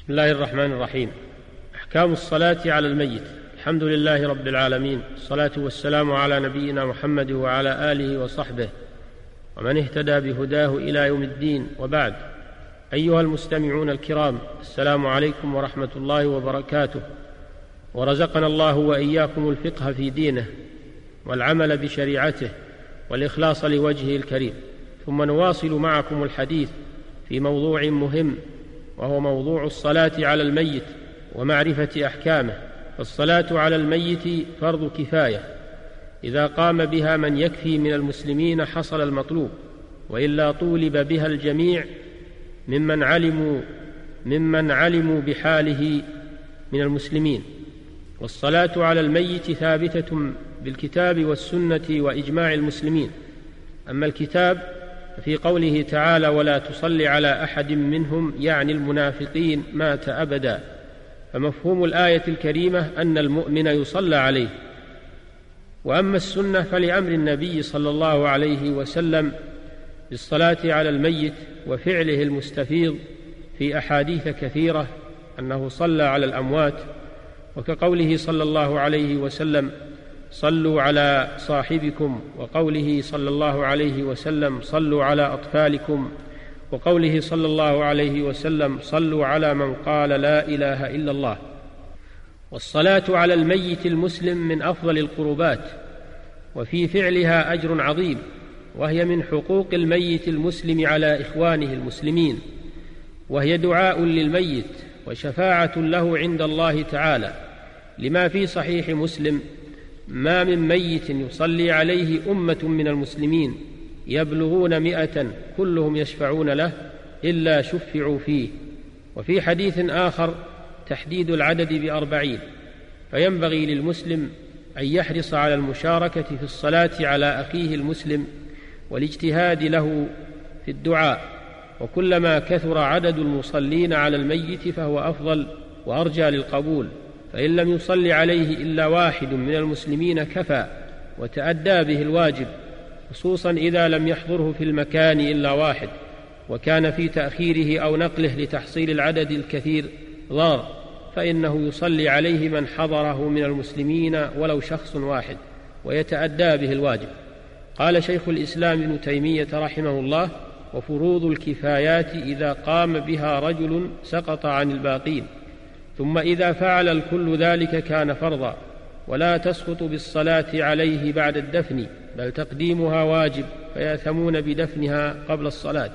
بسم الله الرحمن الرحيم. أحكام الصلاة على الميت. الحمد لله رب العالمين، الصلاة والسلام على نبينا محمد وعلى آله وصحبه ومن اهتدى بهداه إلى يوم الدين، وبعد. أيها المستمعون الكرام، السلام عليكم ورحمة الله وبركاته، ورزقنا الله وإياكم الفقه في دينه والعمل بشريعته والإخلاص لوجهه الكريم. ثم نواصل معكم الحديث في موضوع مهم، وهو موضوع الصلاة على الميت ومعرفة أحكامه. فالصلاة على الميت فرض كفاية، إذا قام بها من يكفي من المسلمين حصل المطلوب، وإلا طولب بها الجميع ممن علموا بحاله من المسلمين. والصلاة على الميت ثابتة بالكتاب والسنة وإجماع المسلمين. أما الكتاب في قوله تعالى: ولا تصل على أحد منهم، يعني المنافقين، مات أبدا، فمفهوم الآية الكريمة أن المؤمن يصلى عليه. وأما السنة فلأمر النبي صلى الله عليه وسلم بالصلاة على الميت وفعله المستفيض في أحاديث كثيرة أنه صلى على الأموات، وكقوله صلى الله عليه وسلم: صلوا على صاحبكم، وقوله صلى الله عليه وسلم: صلوا على أطفالكم، وقوله صلى الله عليه وسلم: صلوا على من قال لا إله إلا الله. والصلاة على الميت المسلم من أفضل القربات، وفي فعلها أجر عظيم، وهي من حقوق الميت المسلم على إخوانه المسلمين، وهي دعاء للميت وشفاعة له عند الله تعالى، لما في صحيح مسلم: ما من ميت يصلي عليه أمة من المسلمين يبلغون 100 كلهم يشفعون له إلا شفعوا فيه. وفي حديث آخر تحديد العدد ب40. فينبغي للمسلم أن يحرص على المشاركة في الصلاة على أخيه المسلم والاجتهاد له في الدعاء، وكلما كثر عدد المصلين على الميت فهو أفضل وأرجى للقبول. فإن لم يصلي عليه إلا واحد من المسلمين كفى وتأدى به الواجب، خصوصا إذا لم يحضره في المكان إلا واحد، وكان في تأخيره أو نقله لتحصيل العدد الكثير ضار، فإنه يصلي عليه من حضره من المسلمين ولو شخص واحد، ويتأدى به الواجب. قال شيخ الإسلام ابن تيمية رحمه الله: وفروض الكفايات إذا قام بها رجل سقط عن الباقين، ثم إذا فعل الكل ذلك كان فرضا، ولا تسقط بالصلاة عليه بعد الدفن، بل تقديمها واجب، فيأثمون بدفنها قبل الصلاة.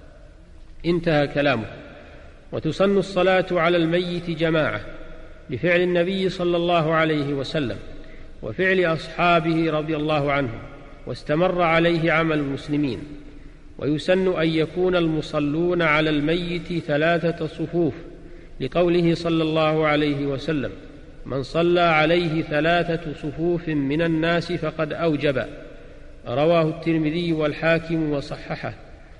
انتهى كلامه. وتسن الصلاة على الميت جماعة بفعل النبي صلى الله عليه وسلم وفعل أصحابه رضي الله عنهم، واستمر عليه عمل المسلمين. ويسن أن يكون المصلون على الميت 3 صفوف، لقوله صلى الله عليه وسلم: من صلى عليه 3 صفوف من الناس فقد أوجب. رواه الترمذي والحاكم وصححه.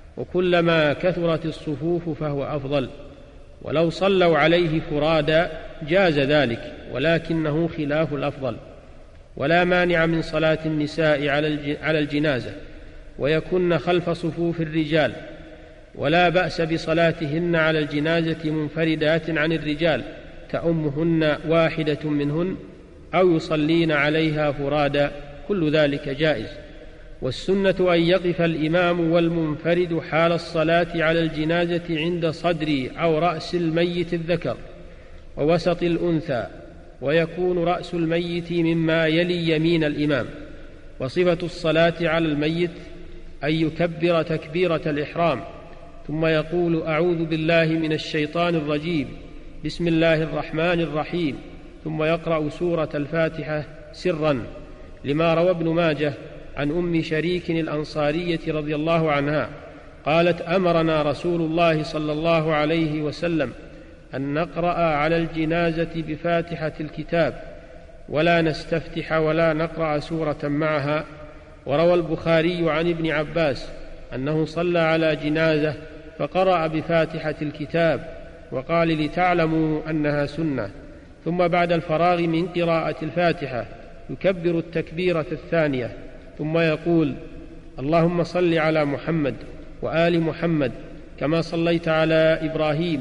وكلما كثرت الصفوف فهو أفضل، ولو صلوا عليه فرادا جاز ذلك، ولكنه خلاف الأفضل. ولا مانع من صلاة النساء على الجنازة ويكن خلف صفوف الرجال، ولا بأس بصلاتهن على الجنازة منفردات عن الرجال تأمهن واحدة منهن، أو يصلين عليها فرادا، كل ذلك جائز. والسنة أن يقف الإمام والمنفرد حال الصلاة على الجنازة عند صدر أو رأس الميت الذكر ووسط الأنثى، ويكون رأس الميت مما يلي يمين الإمام. وصفة الصلاة على الميت أن يكبر تكبيرة الإحرام، ثم يقول: أعوذ بالله من الشيطان الرجيم، بسم الله الرحمن الرحيم، ثم يقرأ سورة الفاتحة سرا، لما روى ابن ماجه عن أم شريك الأنصارية رضي الله عنها قالت: أمرنا رسول الله صلى الله عليه وسلم أن نقرأ على الجنازة بفاتحة الكتاب، ولا نستفتح ولا نقرأ سورة معها. وروى البخاري عن ابن عباس أنه صلى على جنازة فقرأ بفاتحة الكتاب، وقال: لتعلموا أنها سنة. ثم بعد الفراغ من قراءة الفاتحة يكبر التكبيرة الثانية، ثم يقول: اللهم صل على محمد وآل محمد كما صليت على إبراهيم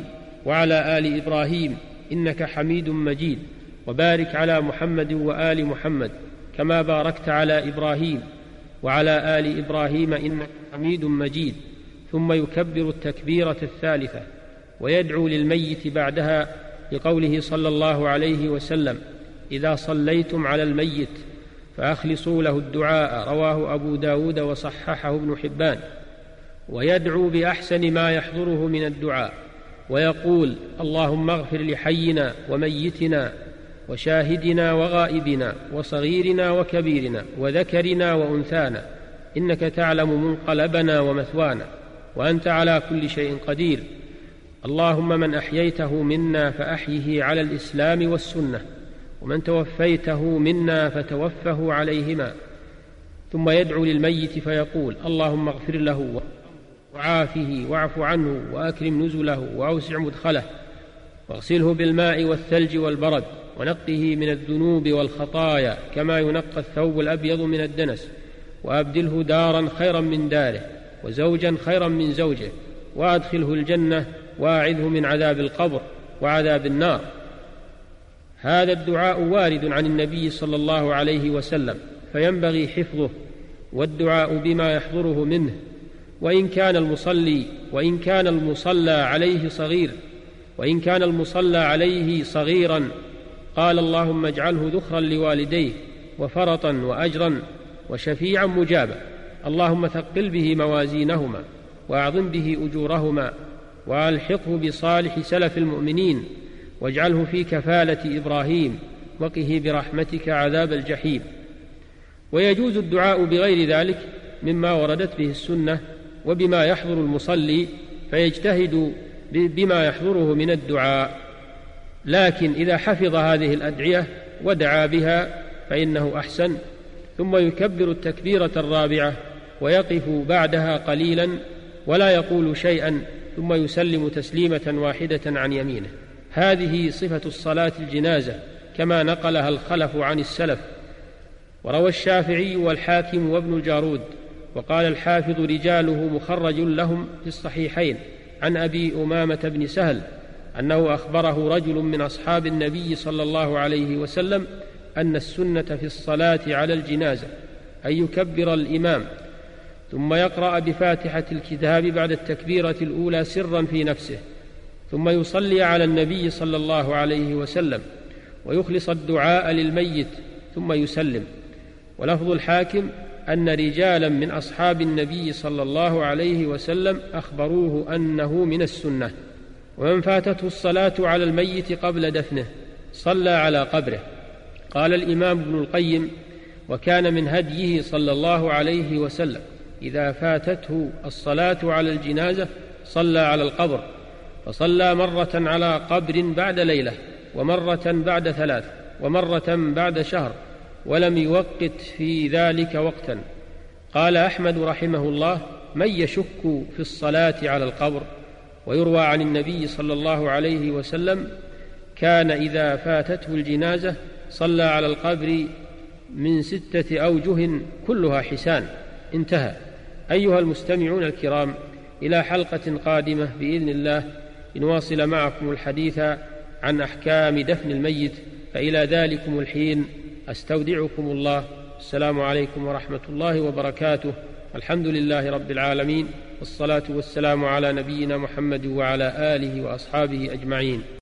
وعلى آل إبراهيم إنك حميد مجيد، وبارك على محمد وآل محمد كما باركت على إبراهيم وعلى آل إبراهيم إنك حميد مجيد. ثم يكبر التكبيرة الثالثة ويدعو للميت بعدها لقوله صلى الله عليه وسلم: إذا صليتم على الميت فأخلصوا له الدعاء، رواه أبو داود وصححه ابن حبان. ويدعو بأحسن ما يحضره من الدعاء ويقول: اللهم اغفر لحينا وميتنا وشاهدنا وغائبنا وصغيرنا وكبيرنا وذكرنا وأنثانا، إنك تعلم منقلبنا ومثوانا، وأنت على كل شيء قدير. اللهم من أحييته منا فأحيه على الإسلام والسنة، ومن توفيته منا فتوفه عليهما. ثم يدعو للميت فيقول: اللهم اغفر له وعافه واعف عنه وأكرم نزله وأوسع مدخله، واغسله بالماء والثلج والبرد، ونقه من الذنوب والخطايا كما ينقى الثوب الأبيض من الدنس، وأبدله دارا خيرا من داره وزوجا خيرا من زوجه، وأدخله الجنة، وأعذه من عذاب القبر وعذاب النار. هذا الدعاء وارد عن النبي صلى الله عليه وسلم، فينبغي حفظه والدعاء بما يحضره منه. وإن كان المصلى عليه صغيرا قال: اللهم اجعله ذخرا لوالديه وفرطا وأجرا وشفيعا مجابا، اللهم ثقل به موازينهما وأعظم به أجورهما، وألحقه بصالح سلف المؤمنين، واجعله في كفالة إبراهيم، وقه برحمتك عذاب الجحيم. ويجوز الدعاء بغير ذلك مما وردت به السنة وبما يحضر المصلي، فيجتهد بما يحضره من الدعاء. لكن إذا حفظ هذه الأدعية ودعا بها فإنه أحسن. ثم يكبر التكبيرة الرابعة ويقف بعدها قليلا ولا يقول شيئا، ثم يسلم تسليمة واحدة عن يمينه. هذه صفة الصلاة الجنازة كما نقلها الخلف عن السلف. وروى الشافعي والحاكم وابن الجارود، وقال الحافظ: رجاله مخرج لهم في الصحيحين، عن أبي أمامة بن سهل أنه أخبره رجل من أصحاب النبي صلى الله عليه وسلم أن السنة في الصلاة على الجنازة أن يكبر الإمام ثم يقرأ بفاتحة الكتاب بعد التكبيرة الأولى سرا في نفسه، ثم يصلي على النبي صلى الله عليه وسلم ويخلص الدعاء للميت ثم يسلم. ولفظ الحاكم أن رجالا من أصحاب النبي صلى الله عليه وسلم أخبروه أنه من السنة. ومن فاتته الصلاة على الميت قبل دفنه صلى على قبره. قال الإمام ابن القيم: وكان من هديه صلى الله عليه وسلم إذا فاتته الصلاة على الجنازة صلى على القبر، فصلى مرة على قبر بعد ليلة، ومرة بعد 3، ومرة بعد شهر، ولم يوقت في ذلك وقتا. قال أحمد رحمه الله: من يشك في الصلاة على القبر؟ ويروى عن النبي صلى الله عليه وسلم كان إذا فاتته الجنازة صلى على القبر من 6 أوجه كلها حسان. انتهى. أيها المستمعون الكرام، إلى حلقة قادمة بإذن الله نواصل معكم الحديث عن أحكام دفن الميت، فإلى ذلكم الحين أستودعكم الله. السلام عليكم ورحمة الله وبركاته. الحمد لله رب العالمين، والصلاة والسلام على نبينا محمد وعلى آله وأصحابه أجمعين.